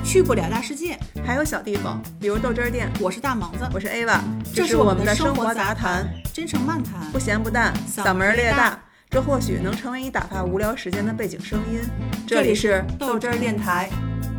去不了大世界， 还有小地方，比如豆汁儿店。 我是大萌子， 我是 Ava， 这是我们的生活杂谈，真诚漫谈， 不咸不淡，嗓门略大，这或许能成为你打发无聊时间的背景声音。这里是豆汁儿电台。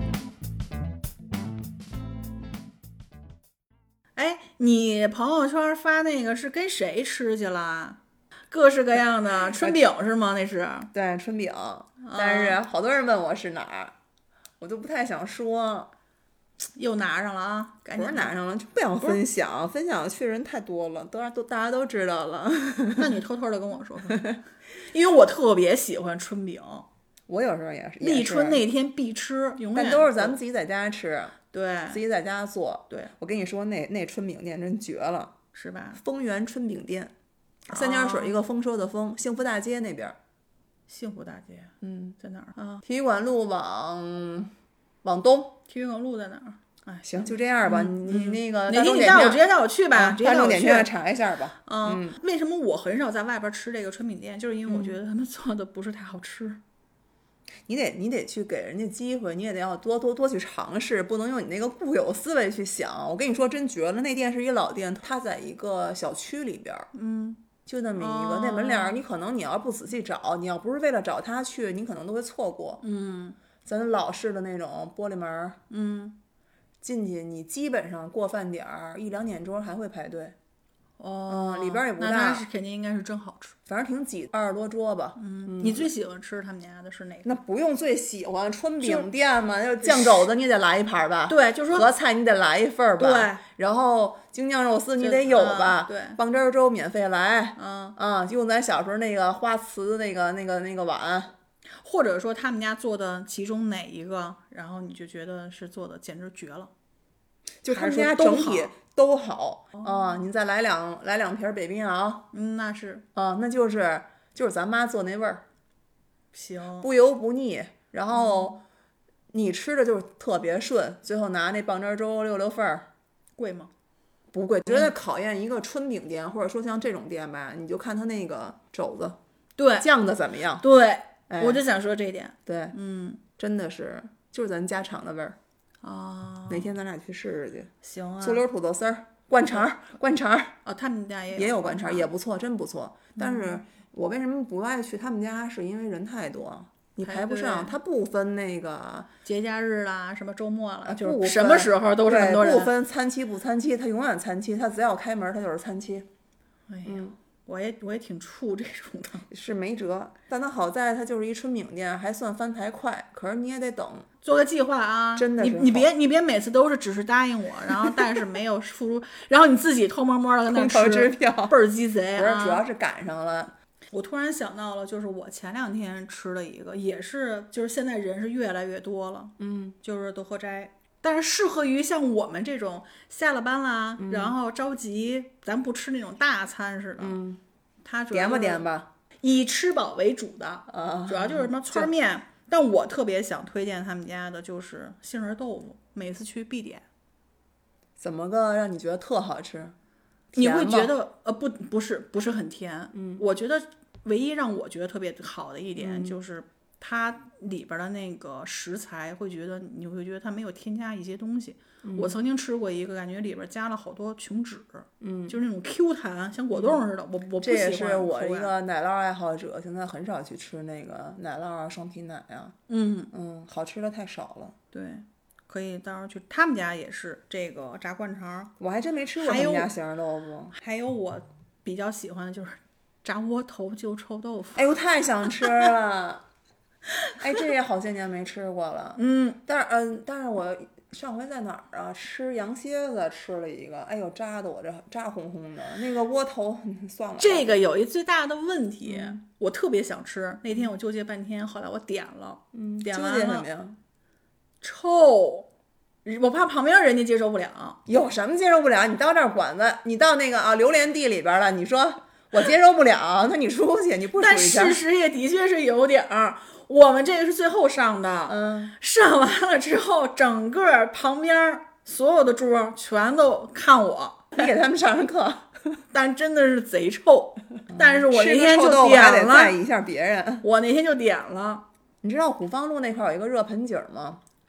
哎，你朋友圈发那个是跟谁吃去了？各式各样的春饼是吗？那是对，春饼，但是好多人问我是哪儿，我都不太想说。 又拿上了啊！赶紧不是拿上了，就不想分享，分享去人太多了，大家都知道了。 那你偷偷的跟我说说，因为我特别喜欢春饼， 我有时候也是立春那天必吃，永远但都是咱们自己在家吃， 对， 自己在家做。 对， 我跟你说，那春饼店真绝了， 是吧？ 丰源春饼店，三点水一个丰收的丰，幸福大街那边。 幸福大街，在哪儿啊？ 体育馆路往东。 体育馆路在哪儿？哎， 行，就这样吧。你那个哪天你直接带我去吧， 大众点评查一下吧。 为什么我很少在外边吃这个春饼店？就是因为我觉得他们做的不是太好吃。 你得去给人家机会，你也得要多去尝试，不能用你那个固有思维去想。我跟你说，真绝了！那店是一老店，它在一个小区里边，就那么一个，那门脸你可能你要不仔细找，你要不是为了找它去，你可能都会错过。咱老式的那种玻璃门，进去你基本上过饭点儿1-2点钟还会排队。里边也不大， 那是肯定应该是真好吃， 反正挺挤，20多桌吧。 你最喜欢吃他们家的是哪个？ 那不用最喜欢，春饼店嘛，就酱肘子你得来一盘吧， 对，就是说合菜你得来一份吧， 对， 然后京酱肉丝你得有吧， 对， 棒汁粥免费来，用咱小时候那个花瓷那个碗， 或者说他们家做的其中哪一个，然后你就觉得是做的简直绝了， 就他们家整体都好你再来两瓶北冰洋， 那是那就是咱妈做那味儿， 行， 不油不腻，然后你吃的就是特别顺，最后拿那棒汁粥6份儿， 贵吗？ 不贵，觉得考验一个春饼店，或者说像这种店吧，你就看它那个肘子， 对， 酱的怎么样？ 对，我就想说这一点， 对，真的是就是咱家常的味儿。哪天咱俩去试试去？ 行啊。 醋溜土豆丝儿，灌肠他们家也有灌肠，也不错，真不错。但是我为什么不爱去他们家？是因为人太多，你排不上。他不分那个节假日啦，什么周末了，就是什么时候都是很多人。 不分餐期不餐期，他永远餐期，他只要开门，他就是餐期。 哎呀。我也挺怵这种的， 是没辙，但它好在它就是一春饼店，还算翻台快，可是你也得等， 做个计划啊！ 真的是你别每次都是只是答应我，然后但是没有付出，然后你自己偷摸摸的跟那吃， 支票倍儿鸡贼啊！ 不是，主要是赶上了。 我突然想到了，就是我前2天吃了一个，也是就是现在人是越来越多了，就是都喝斋。但是适合于像我们这种下了班啦，然后着急，咱不吃那种大餐似的。它主要点吧， 以吃饱为主的，主要就是什么汆面。但我特别想推荐他们家的就是杏仁豆腐，每次去必点。 怎么个让你觉得特好吃？ 你会觉得不是很甜。我觉得唯一让我觉得特别好的一点就是它里边的那个食材你会觉得它没有添加一些东西。我曾经吃过一个，感觉里边加了好多琼脂，就是那种 Q 弹，像果冻似的。我不喜欢。 这也是我一个奶酪爱好者，现在很少去吃那个奶酪啊、双皮奶啊。好吃的太少了。 对，可以到时候去他们家也是这个炸灌肠， 我还真没吃过他们家杏仁豆腐。 还有我比较喜欢的就是炸窝头就臭豆腐。 哎呦，太想吃了！哎，这也好些年没吃过了。但是我上回在哪儿啊？吃羊蝎子吃了一个，哎呦，扎的我这扎红红的。那个窝头算了。 这个有一最大的问题，我特别想吃。那天我纠结半天，后来我点了，点完了。 纠结什么呀？ 臭，我怕旁边人家接受不了。 有什么接受不了？你到这儿馆子，你到那个榴莲地里边了，你说我接受不了，那你出去，你不属于。 但事实也的确是有点儿。我们这个是最后上的，上完了之后，整个旁边所有的桌全都看我， 你给他们上课， 但真的是贼臭。但是我那天就点了， 还得在意一下别人。 我那天就点了。 你知道虎坊路那块有一个热盆景吗？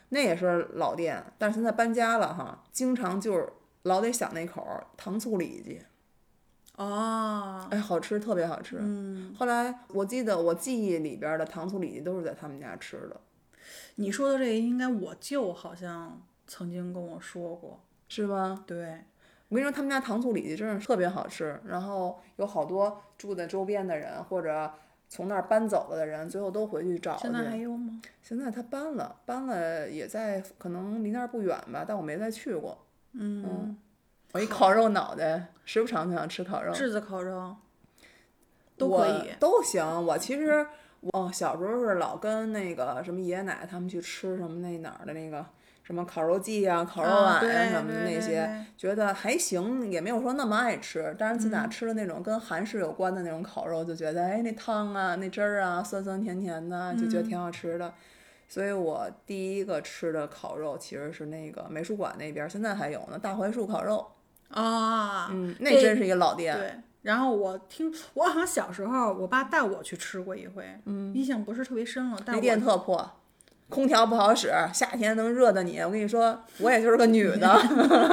那也是老店，但是现在搬家了哈，经常就是老得想那口糖醋里脊。 哦， 哎，好吃，特别好吃。后来我记得我记忆里边的糖醋里脊都是在他们家吃的。 你说的这个应该我舅好像曾经跟我说过， 是吗？ 对。 我跟你说，他们家糖醋里脊真是特别好吃，然后有好多住在周边的人或者从那儿搬走了的人，最后都回去找去。 现在还有吗？ 现在他搬了，也在可能离那儿不远吧，但我没再去过。我一烤肉脑袋，时不常就想吃烤肉。 炙子烤肉都可以， 都行。我其实小时候是老跟那个什么爷爷奶奶他们去吃什么那哪儿的那个什么烤肉季啊、烤肉碗啊什么的那些，觉得还行，也没有说那么爱吃。但是自打吃了那种跟韩式有关的那种烤肉，就觉得哎那汤啊、那汁儿啊，酸酸甜甜的，就觉得挺好吃的。所以我第一个吃的烤肉其实是那个美术馆那边，现在还有呢，大槐树烤肉。那真是一个老店。 对。然后我好像小时候我爸带我去吃过一回，印象不是特别深了。但那店特破，空调不好使，夏天能热的你。我跟你说，我也就是个女的，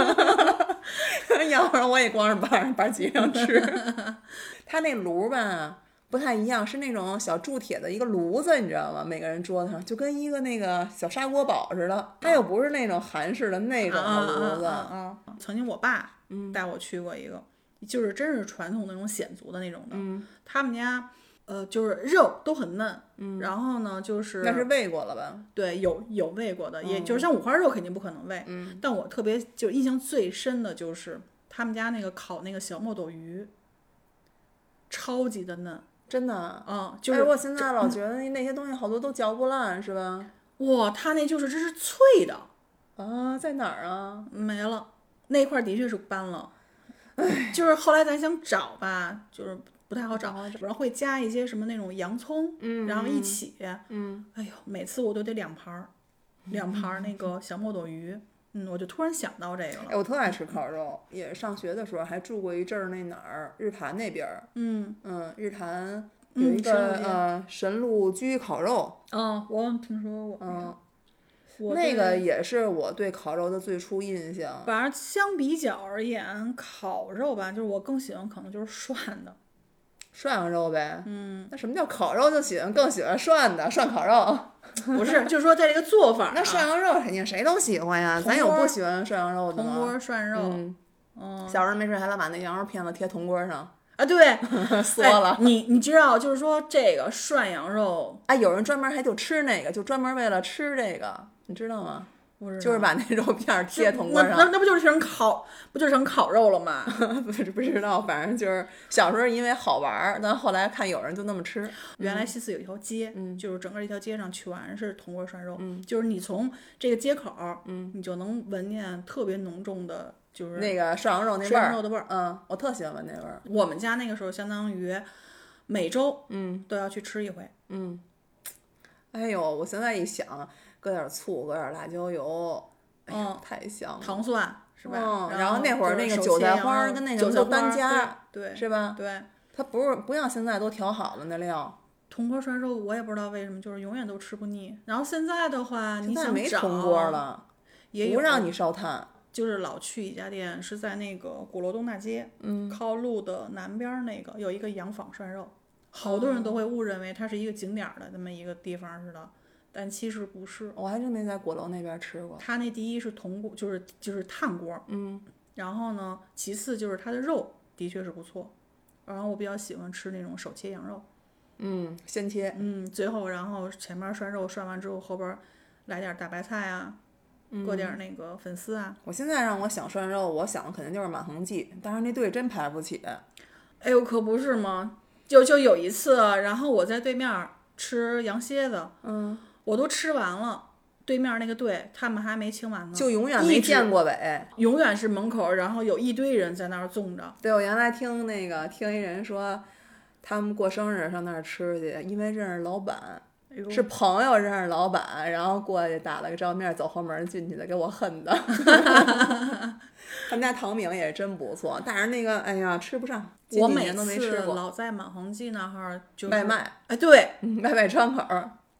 要不然我也光是把脊上吃。他那炉吧不太一样，是那种小铸铁的一个炉子，你知道吗？每个人桌子上就跟一个那个小砂锅煲似的，它又不是那种韩式的那种的炉子。 曾经我爸带我去过一个，就是真是传统那种鲜族的那种的。他们家就是肉都很嫩，然后呢就是那是喂过了吧？ 对，有喂过的，也就是像五花肉肯定不可能喂。但我特别就印象最深的就是他们家那个烤那个小墨斗鱼，超级的嫩。 真的， 就是我现在老觉得那些东西好多都嚼不烂，是吧？ 哇，它那就是这是脆的啊，在哪儿啊？ 没了，那块的确是搬了，就是后来咱想找吧，就是不太好找，然后会加一些什么那种洋葱，然后一起，哎呦，每次我都得两盘那个小墨斗鱼。我就突然想到这个了。 我特爱吃烤肉，也上学的时候还住过一阵儿那哪儿日坛那边儿。日坛有一个神鹿居烤肉。 我听说过。 那个也是我对烤肉的最初印象。 反正相比较而言，烤肉吧，就是我更喜欢可能就是涮的。 涮羊肉呗。那什么叫烤肉就更喜欢涮的涮烤肉？ 不是，就是说在这个做法。 那涮羊肉肯定谁都喜欢呀，咱有不喜欢涮羊肉的吗？ 铜锅涮肉。 小时候没事还老把那羊肉片子贴铜锅上。 啊，对， 缩了。 你知道，就是说这个涮羊肉， 有人专门还就吃那个，就专门为了吃这个，你知道吗？就是把那肉片贴铜锅上。 那不就是成烤肉了吗？ 不知道，反正就是小时候因为好玩，但后来看有人就那么吃。 原来西四有一条街，就是整个一条街上全是铜锅涮肉，就是你从这个街口，你就能闻见特别浓重的，就是那个涮羊肉那味儿。 涮羊肉的味儿， 我特喜欢那味儿。 我们家那个时候相当于每周都要去吃一回。 哎呦，我现在一想。搁点醋，搁点辣椒油，哎呀，太香了。 糖蒜是吧？ 然后那会儿那个韭菜花跟那什么都单加， 对， 是吧？ 对， 它不像现在都调好了那料。 铜锅涮肉我也不知道为什么，就是永远都吃不腻。然后现在的话，你想找没铜锅了， 也不让你烧炭。 就是老去一家店，是在那个鼓楼东大街，靠路的南边那个有一个洋坊涮肉，好多人都会误认为它是一个景点的这么一个地方似的。但其实不是， 我还真没在鼓楼那边吃过。 它那第一是铜锅，就是炭锅，然后呢，其次就是它的肉的确是不错，然后我比较喜欢吃那种手切羊肉， 先切， 最后然后前面涮肉涮完之后，后边来点大白菜啊，搁点那个粉丝啊。 我现在让我想涮肉，我想的肯定就是满恒记，但是那队真排不起。 哎呦，可不是吗？就有一次，然后我在对面吃羊蝎子，我都吃完了，对面那个队他们还没清完呢， 就永远没见过尾， 永远是门口，然后有一堆人在那儿种着。 对，我原来听一人说，他们过生日上那儿吃去，因为认识老板，是朋友认识老板，然后过去打了个照面，走后门进去的，给我恨的。他们家糖饼也是真不错，但是那个哎呀吃不上， 我每年都没吃过。 老在满恒记那哈就外卖， 对， 外卖窗口。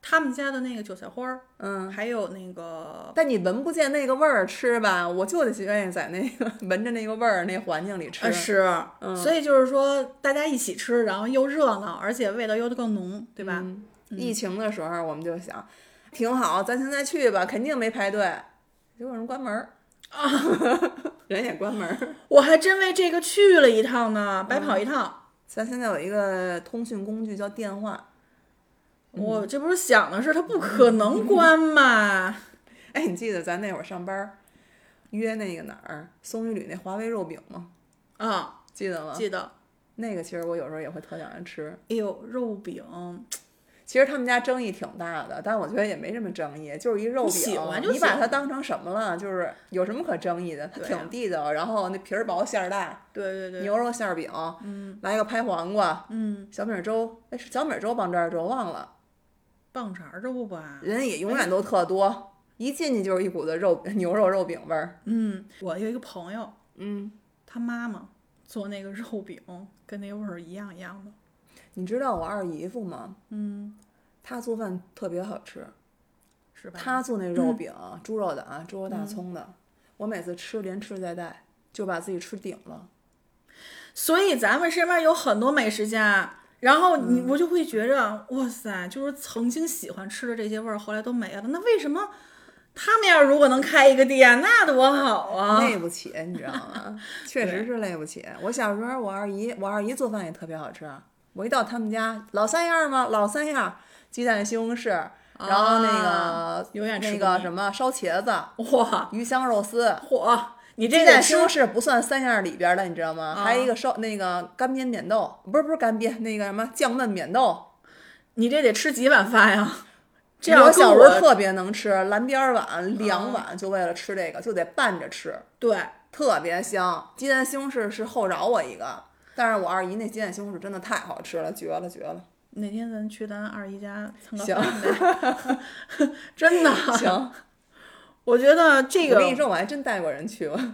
他们家的那个韭菜花儿，还有那个， 但你闻不见那个味儿吃吧，我就得愿意在那个闻着那个味儿那环境里吃。 是，所以就是说大家一起吃，然后又热闹，而且味道又更浓，对吧？ 疫情的时候我们就想，挺好，咱现在去吧，肯定没排队，结果人关门啊，人也关门。 我还真为这个去了一趟呢，白跑一趟。 咱现在有一个通讯工具叫电话。 我这不是想的是，它不可能关嘛。 哎，你记得咱那会儿上班约那个哪儿松榆里那华为肉饼吗？ 啊， 记得吗？ 记得。 那个其实我有时候也会特想着吃。 哎呦，肉饼， 其实他们家争议挺大的，但我觉得也没什么争议，就是一肉饼， 喜欢就行。 你把它当成什么了？就是有什么可争议的？它挺地道，然后那皮儿薄馅儿大， 对， 牛肉馅儿饼，来个拍黄瓜，小米粥，哎，是小米粥棒渣粥忘了。 棒碴粥吧， 人也永远都特多，一进去就是一股子牛肉肉饼味儿。 我有一个朋友，他妈妈做那个肉饼跟那味儿一样的。 你知道我二姨夫吗？他做饭特别好吃， 是吧？ 他做那肉饼，猪肉的啊，猪肉大葱的，我每次吃连吃带带，就把自己吃顶了。 所以咱们身边有很多美食家。然后我就会觉着，哇塞，就是曾经喜欢吃的这些味儿，后来都没了。那为什么他们要如果能开一个店，那多好啊！ 累不起，你知道吗？确实是累不起。我小时候，我二姨做饭也特别好吃。我一到他们家，老三样吗？老三样，鸡蛋西红柿，然后那个什么烧茄子， 哇， 鱼香肉丝， 嚯！你这鸡蛋西红柿不算三样里边的，你知道吗？还有一个那个干煸扁豆，不是干煸，那个什么酱焖扁豆。 你这得吃几碗饭呀？这样我小时候特别能吃，蓝边碗2碗，就为了吃这个，就得拌着吃。 对， 特别香。鸡蛋西红柿是后饶我一个，但是我二姨那鸡蛋西红柿真的太好吃了，绝了绝了。 哪天咱去咱二姨家蹭个饭呗？真的行。 我觉得这个， 我跟你说，我还真带过人去过。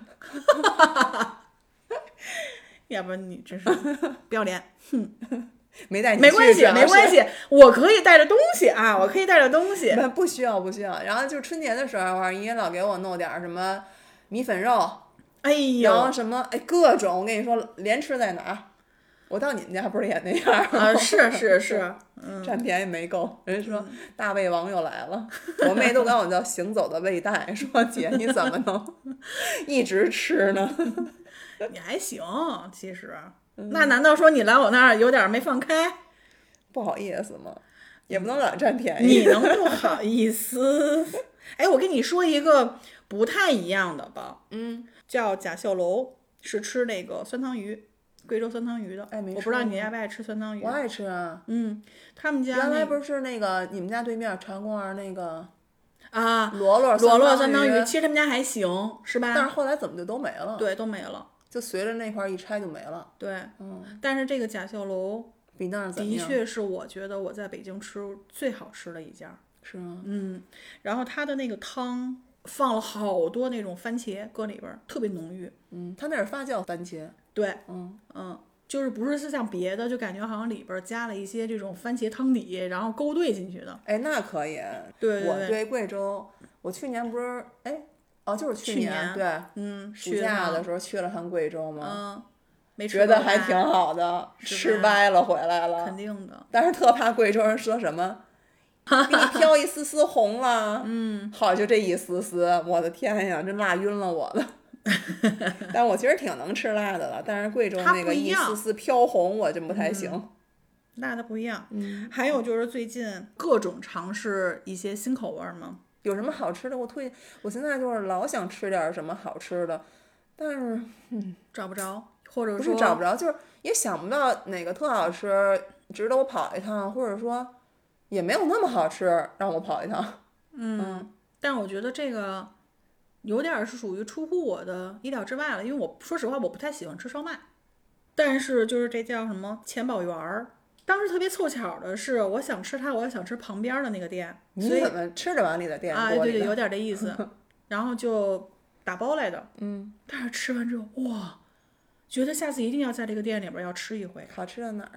要不然你真是不要脸， 没带你去， 没关系，没关系，我可以带着东西啊，我可以带着东西。 不需要。然后就是春节的时候，我二姨老给我弄点什么米粉肉， 哎呦， 然后什么各种，我跟你说，连吃在哪儿？我到你们家不是也那样啊？是， 占便宜没够。人说大胃王又来了，我妹都管我叫行走的胃袋，说姐你怎么能一直吃呢？ 你还行，其实，那难道说你来我那儿有点没放开？ 不好意思吗？也不能老占便宜。 你能不好意思？哎，我跟你说一个不太一样的吧，叫贾秀楼，是吃那个酸汤鱼。贵州酸汤鱼的， 哎，没我不知道你爱不爱吃酸汤鱼。 我爱吃啊。 他们家原来不是那个你们家对面长公园那个啊， 罗罗酸汤鱼，其实他们家还行，是吧？ 但是后来怎么就都没了？ 对，都没了， 就随着那块一拆就没了。 对，但是这个贾秀楼比那儿怎么样？ 的确是我觉得我在北京吃最好吃的一家。 是吗？ 然后它的那个汤放了好多那种番茄搁里边，特别浓郁。 它那是发酵番茄。 对，就是不是像别的，就感觉好像里边加了一些这种番茄汤底，然后勾兑进去的。 哎，那可以。 对， 我对贵州，我去年不是就是去年，对，暑假的时候去了趟贵州嘛， 没吃觉得还挺好的，吃歪了回来了， 肯定的。 但是特怕贵州人说什么，给你飘一丝丝红了，好，就这一丝丝，我的天呀，真辣晕了我了。但我其实挺能吃辣的了，但是贵州那个一丝丝飘红我真不太行。 辣的不一样。还有就是最近各种尝试一些新口味嘛。 有什么好吃的我推荐？我现在就是老想吃点什么好吃的，但是找不着，或者说不是找不着，就是也想不到哪个特好吃，值得我跑一趟，或者说也没有那么好吃让我跑一趟。 但我觉得这个有点是属于出乎我的意料之外了，因为我说实话我不太喜欢吃烧麦，但是就是这叫什么钱宝园儿，当时特别凑巧的是我想吃它，我要想吃旁边的那个店。 你怎么吃着碗里的店啊？对，有点这意思。然后就打包来的。但是吃完之后哇，觉得下次一定要在这个店里边要吃一回。 好吃在哪儿啊？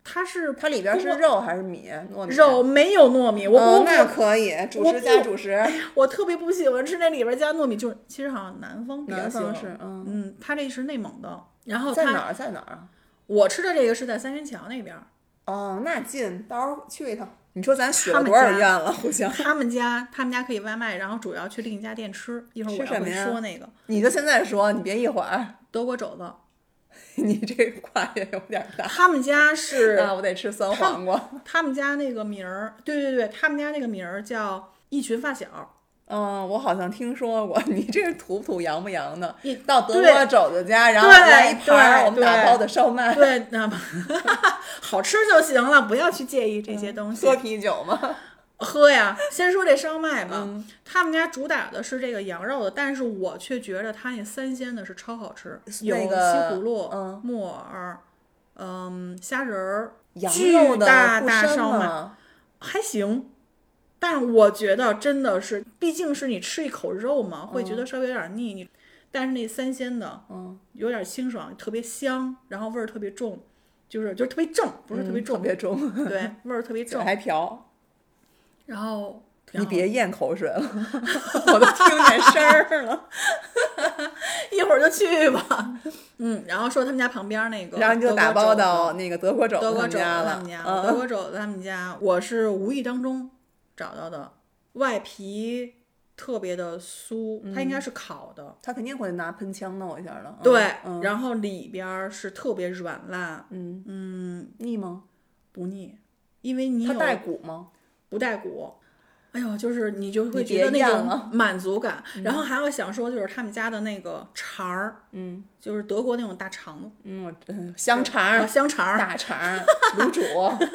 它里边是肉还是米？糯米？ 肉没有糯米，我那可以，主食加主食。 我特别不喜欢吃那里边加糯米，就是其实好像南方比较喜欢是， 它这是内蒙的，然后在哪儿啊？ 我吃的这个是在三元桥那边。 哦，那近，到时候去一趟。你说咱许了多少愿了？互相。 他们家可以外卖，然后主要去另一家店吃。一会儿我要会说那个。 你就现在说，你别一会儿。 德国肘子。 你这跨越有点大。 他们家是啊，我得吃酸黄瓜。 他们家那个名儿，对，他们家那个名儿叫一群发小。 我好像听说过。你这是土不土洋不洋的？到德国肘子家，然后来一盘我们打包的烧麦。 对，那好吃就行了，不要去介意这些东西。 喝啤酒吗？ 喝呀。先说这烧麦吧，他们家主打的是这个羊肉的，但是我却觉得他那三鲜的是超好吃，有西葫芦、木耳、虾仁儿，巨大烧麦，还行。但我觉得真的是，毕竟是你吃一口肉嘛，会觉得稍微有点腻。但是那三鲜的，有点清爽，特别香，然后味儿特别重，就是特别正，不是特别重， 特别重， 对，味儿特别正， 还调。 然后你别咽口水了，我都听见声儿了。 一会儿就去吧。然后说他们家旁边那个， 然后你就打包到那个德国肘子他们家了。 德国肘子他们家，我是无意当中找到的，外皮特别的酥，它应该是烤的， 它肯定会拿喷枪弄一下的。 对，然后里边是特别软烂。 腻吗？ 不腻，因为你有。 它带骨吗？ 不带骨。哎呦，就是你就会觉得那种满足感。然后还要想说，就是他们家的那个肠儿，就是德国那种大肠子， 香肠， 大肠，卤煮，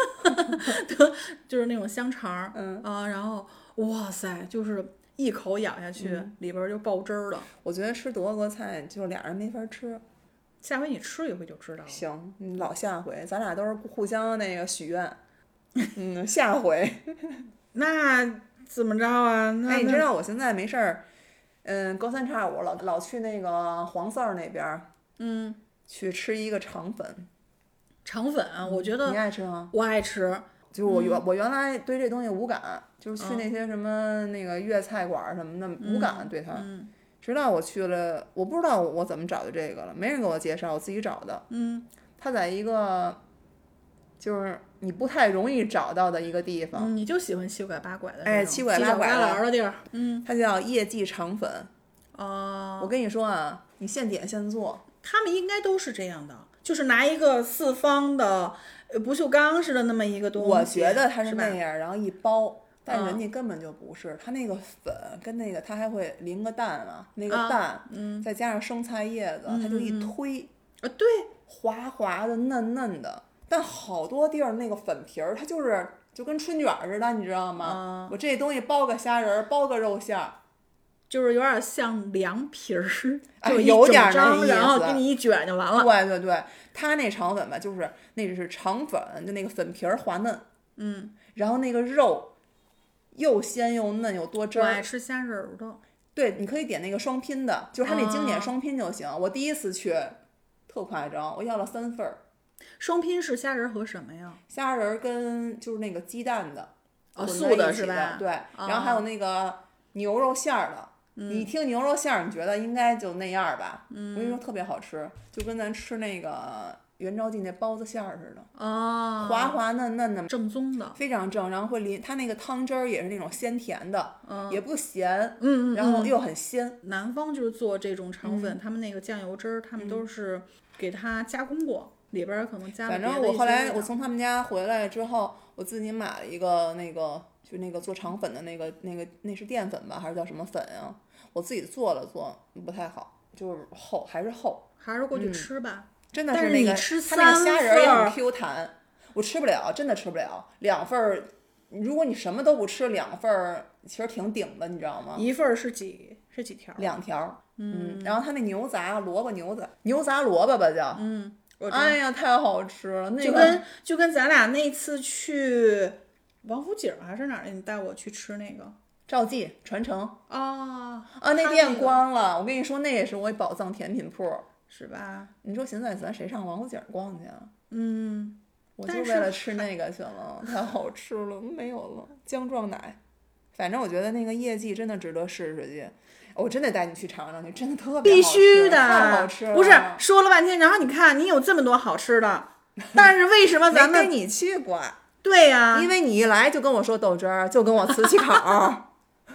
就是那种香肠，然后哇塞，就是一口咬下去，里边就爆汁儿了。 我觉得吃德国菜就俩人没法吃。 下回你吃一回就知道了。 行，老下回，咱俩都是互相那个许愿。下回。 那怎么着啊？ 你知道我现在没事儿，隔三差五老去那个黄四儿那边，去吃一个肠粉。 肠粉，我觉得你爱吃吗？ 我爱吃。 就我原来对这东西无感，就是去那些什么那个粤菜馆什么的无感对它。直到我去了，我不知道我怎么找的这个了，没人给我介绍，我自己找的。它在一个就是你不太容易找到的一个地方。 你就喜欢七拐八拐的， 七拐八拐的地儿。 它叫业绩肠粉。我跟你说啊，你现点现做。 他们应该都是这样的，就是拿一个四方的不锈钢似的那么一个东西。 我觉得它是那样，然后一包。但人家根本就不是，它那个粉跟那个它还会淋个蛋啊，那个蛋，再加上生菜叶子，它就一推， 对， 滑滑的嫩嫩的。但好多地儿那个粉皮儿，它就跟春卷似的，你知道吗？我这东西包个虾仁，包个肉馅儿， 就是有点像凉皮儿，就有点那意思， 然后给你一卷就完了。 对，它那肠粉吧，就是那是肠粉，就那个粉皮儿滑嫩，然后那个肉。又鲜又嫩又多汁儿。 我爱吃虾仁的。 对，你可以点那个双拼的，就是它那经典双拼就行。我第一次去，特夸张，我要了3份儿。 双拼是虾仁和什么呀？ 虾仁跟就是那个鸡蛋的， 素的是吧？ 对，然后还有那个牛肉馅儿的。你听牛肉馅儿，你觉得应该就那样吧？我跟你说特别好吃，就跟咱吃那个元昭记那包子馅儿似的，滑滑嫩嫩的， 正宗的， 非常正。然后会淋它那个汤汁儿也是那种鲜甜的，也不咸，然后又很鲜。 南方就是做这种肠粉，他们那个酱油汁儿，他们都是给它加工过，里边可能加了别的一些味道。 反正我后来我从他们家回来之后，我自己买了一个那个就那个做肠粉的那是淀粉吧，还是叫什么粉啊？我自己做了不太好，就是厚，还是厚， 还是过去吃吧。 真的是那个，它那个虾仁也很 Q 弹，我吃不了，真的吃不了。2份儿，如果你什么都不吃，2份儿其实挺顶的，你知道吗 ？1份是几条 ？2条。然后它那牛杂萝卜牛杂萝卜吧叫。哎呀，太好吃了！那个就跟咱俩那次去王府井还是哪儿，你带我去吃那个赵记传承那店关了。我跟你说，那也是我宝藏甜品铺。 是吧？ 你说现在咱谁上王府井逛去啊？ 我就为了吃那个去了，太好吃了，没有了姜撞奶。反正我觉得那个业绩真的值得试试去，我真得带你去尝尝去，真的特别好吃， 必须的， 太好吃了。 不是说了半天，然后你看你有这么多好吃的，但是为什么咱们没跟你去过？ 对呀、 因为你一来就跟我说豆汁儿，就跟我瓷器口。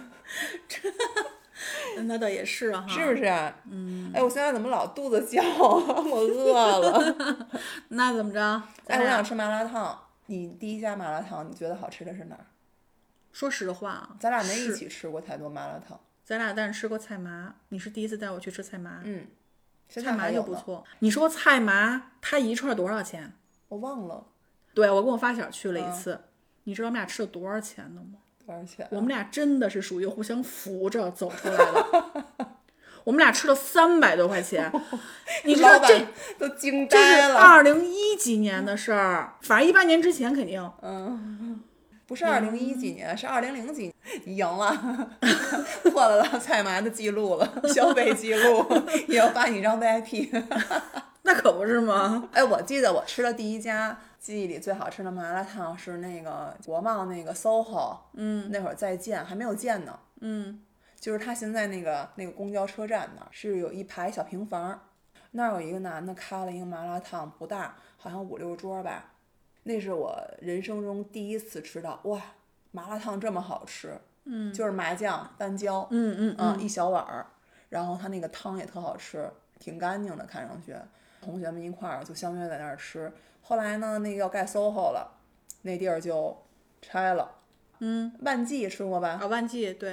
那倒也是哈， 是不是？哎，我现在怎么老肚子叫啊？我饿了。 那怎么着？ 哎，我想吃麻辣烫。你第一家麻辣烫，你觉得好吃的是哪儿？ 说实话啊， 咱俩没一起吃过太多麻辣烫。 咱俩但是吃过菜麻，你是第一次带我去吃菜麻。 菜麻就不错。你说菜麻，它一串多少钱？ 我忘了。 对，我跟我发小去了一次，你知道我们俩吃了多少钱的吗？ 多少钱？ 我们俩真的是属于互相扶着走出来的。我们俩吃了300多块钱，你知道这都惊这是呆了。 2010几年的事儿，反正18年之前肯定。 不是2010几年，是2000几年。你赢了，破了菜麻的记录了，消费记录，也要发你一张 VIP。 那可不是吗？ 哎，我记得我吃的第一家记忆里最好吃的麻辣烫是那个国贸那个 SOHO，那会儿在建，还没有建呢，就是他现在那个公交车站那儿是有一排小平房，那儿有一个男的开了一个麻辣烫，不大，好像5、6桌吧，那是我人生中第一次吃到，哇，麻辣烫这么好吃，就是麻酱单椒，一小碗儿，然后他那个汤也特好吃，挺干净的，看上去。同学们一块儿就相约在那儿吃，后来呢，那个要盖 SOHO 了，那地儿就拆了。万记吃过吧？ 啊，万记对，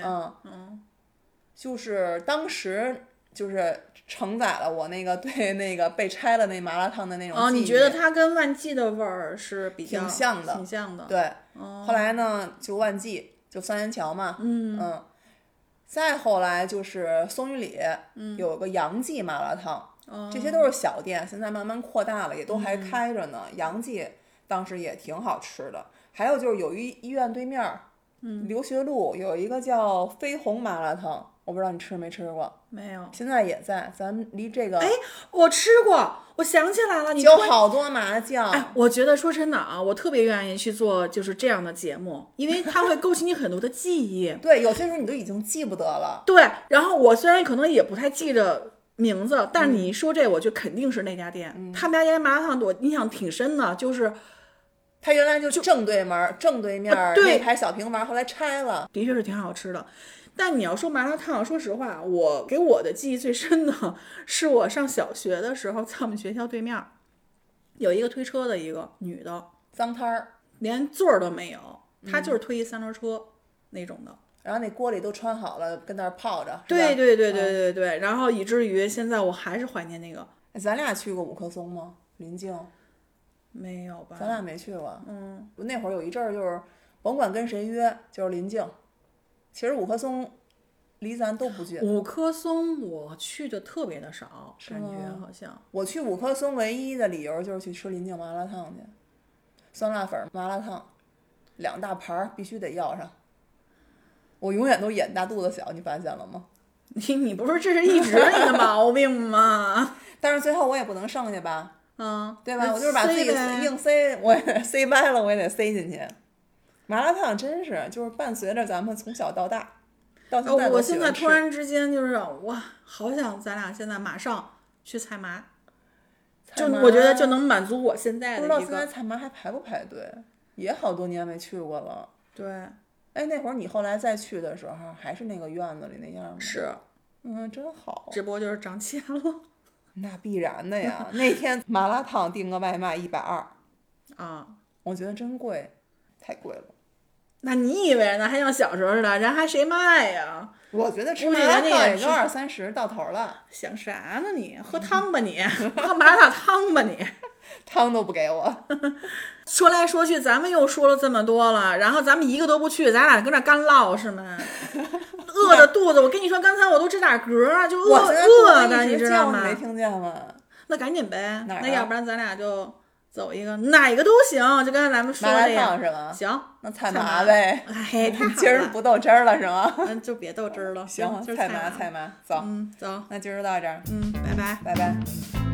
就是当时就是承载了我那个对那个被拆了那麻辣烫的那种记忆。 你觉得它跟万记的味儿是比较挺像的， 挺像的。 对，后来呢，就万记就三元桥嘛，再后来就是松榆里，有个杨记麻辣烫。这些都是小店，现在慢慢扩大了，也都还开着呢。杨记当时也挺好吃的。还有就是友谊医院对面，留学路有一个叫飞鸿麻辣烫，我不知道你吃没吃过？ 没有。 现在也在，咱们离这个我吃过，我想起来了，你有好多麻酱。 哎，我觉得说真的啊，我特别愿意去做就是这样的节目，因为它会勾起你很多的记忆。 对，有些时候你都已经记不得了。 对，然后我虽然可能也不太记得名字，但你一说这我就肯定是那家店。他们家麻辣烫我印象挺深的，就是他原来就正对门正对面那排小平房，后来拆了， 的确是挺好吃的。但你要说麻辣烫，说实话，我给我的记忆最深的是我上小学的时候，在我们学校对面有一个推车的一个女的， 脏摊儿， 连座儿都没有，她就是推一3轮车那种的。 然后那锅里都穿好了，跟那儿泡着。 对，然后以至于现在我还是怀念那个。 咱俩去过五棵松吗？临近？ 没有吧？ 咱俩没去过。那会儿有一阵儿就是甭管跟谁约，就是临近。其实五棵松离咱都不近。 五棵松我去的特别的少，感觉好像。 我去五棵松唯一的理由就是去吃临近麻辣烫去，酸辣粉麻辣烫，2大盘必须得要上。我永远都眼大肚子小，你发现了吗？ 你不是这是一直你的毛病吗？ 但是最后我也不能剩下吧，对吧？我就是把自己硬塞，我也塞歪了，我也得塞进去。麻辣烫真是就是伴随着咱们从小到大，到现在我现在突然之间就是哇，好想咱俩现在马上去菜麻，就我觉得就能满足我现在的一个。 不知道现在菜麻还排不排队？也好多年没去过了。 对。 哎，那会儿你后来再去的时候，还是那个院子里那样吗？ 是， 真好。 只不过就是涨钱了。 那必然的呀。那天麻辣烫订个外卖120 啊， 我觉得真贵，太贵了。 那你以为呢？还像小时候似的，人还谁卖呀？ 我觉得吃麻辣烫也就20、30到头了。 想啥呢你？喝汤吧你，喝麻辣烫吧你。 汤都不给我。 说来说去，咱们又说了这么多了，然后咱们一个都不去，咱俩搁那干唠是吗？饿的肚子，我跟你说，刚才我都直打嗝，就饿的，你知道吗？ 你没听见吗？ 那赶紧呗，那要不然咱俩就走一个，哪个都行，就刚才咱们说的呀。 麻辣烫是吗？ 行， 那菜麻呗。 哎，太好了。 今儿不豆汁儿了是吗？ 就别豆汁儿了。 行，菜麻，走。 走， 那今儿就到这儿。 拜拜， 拜拜。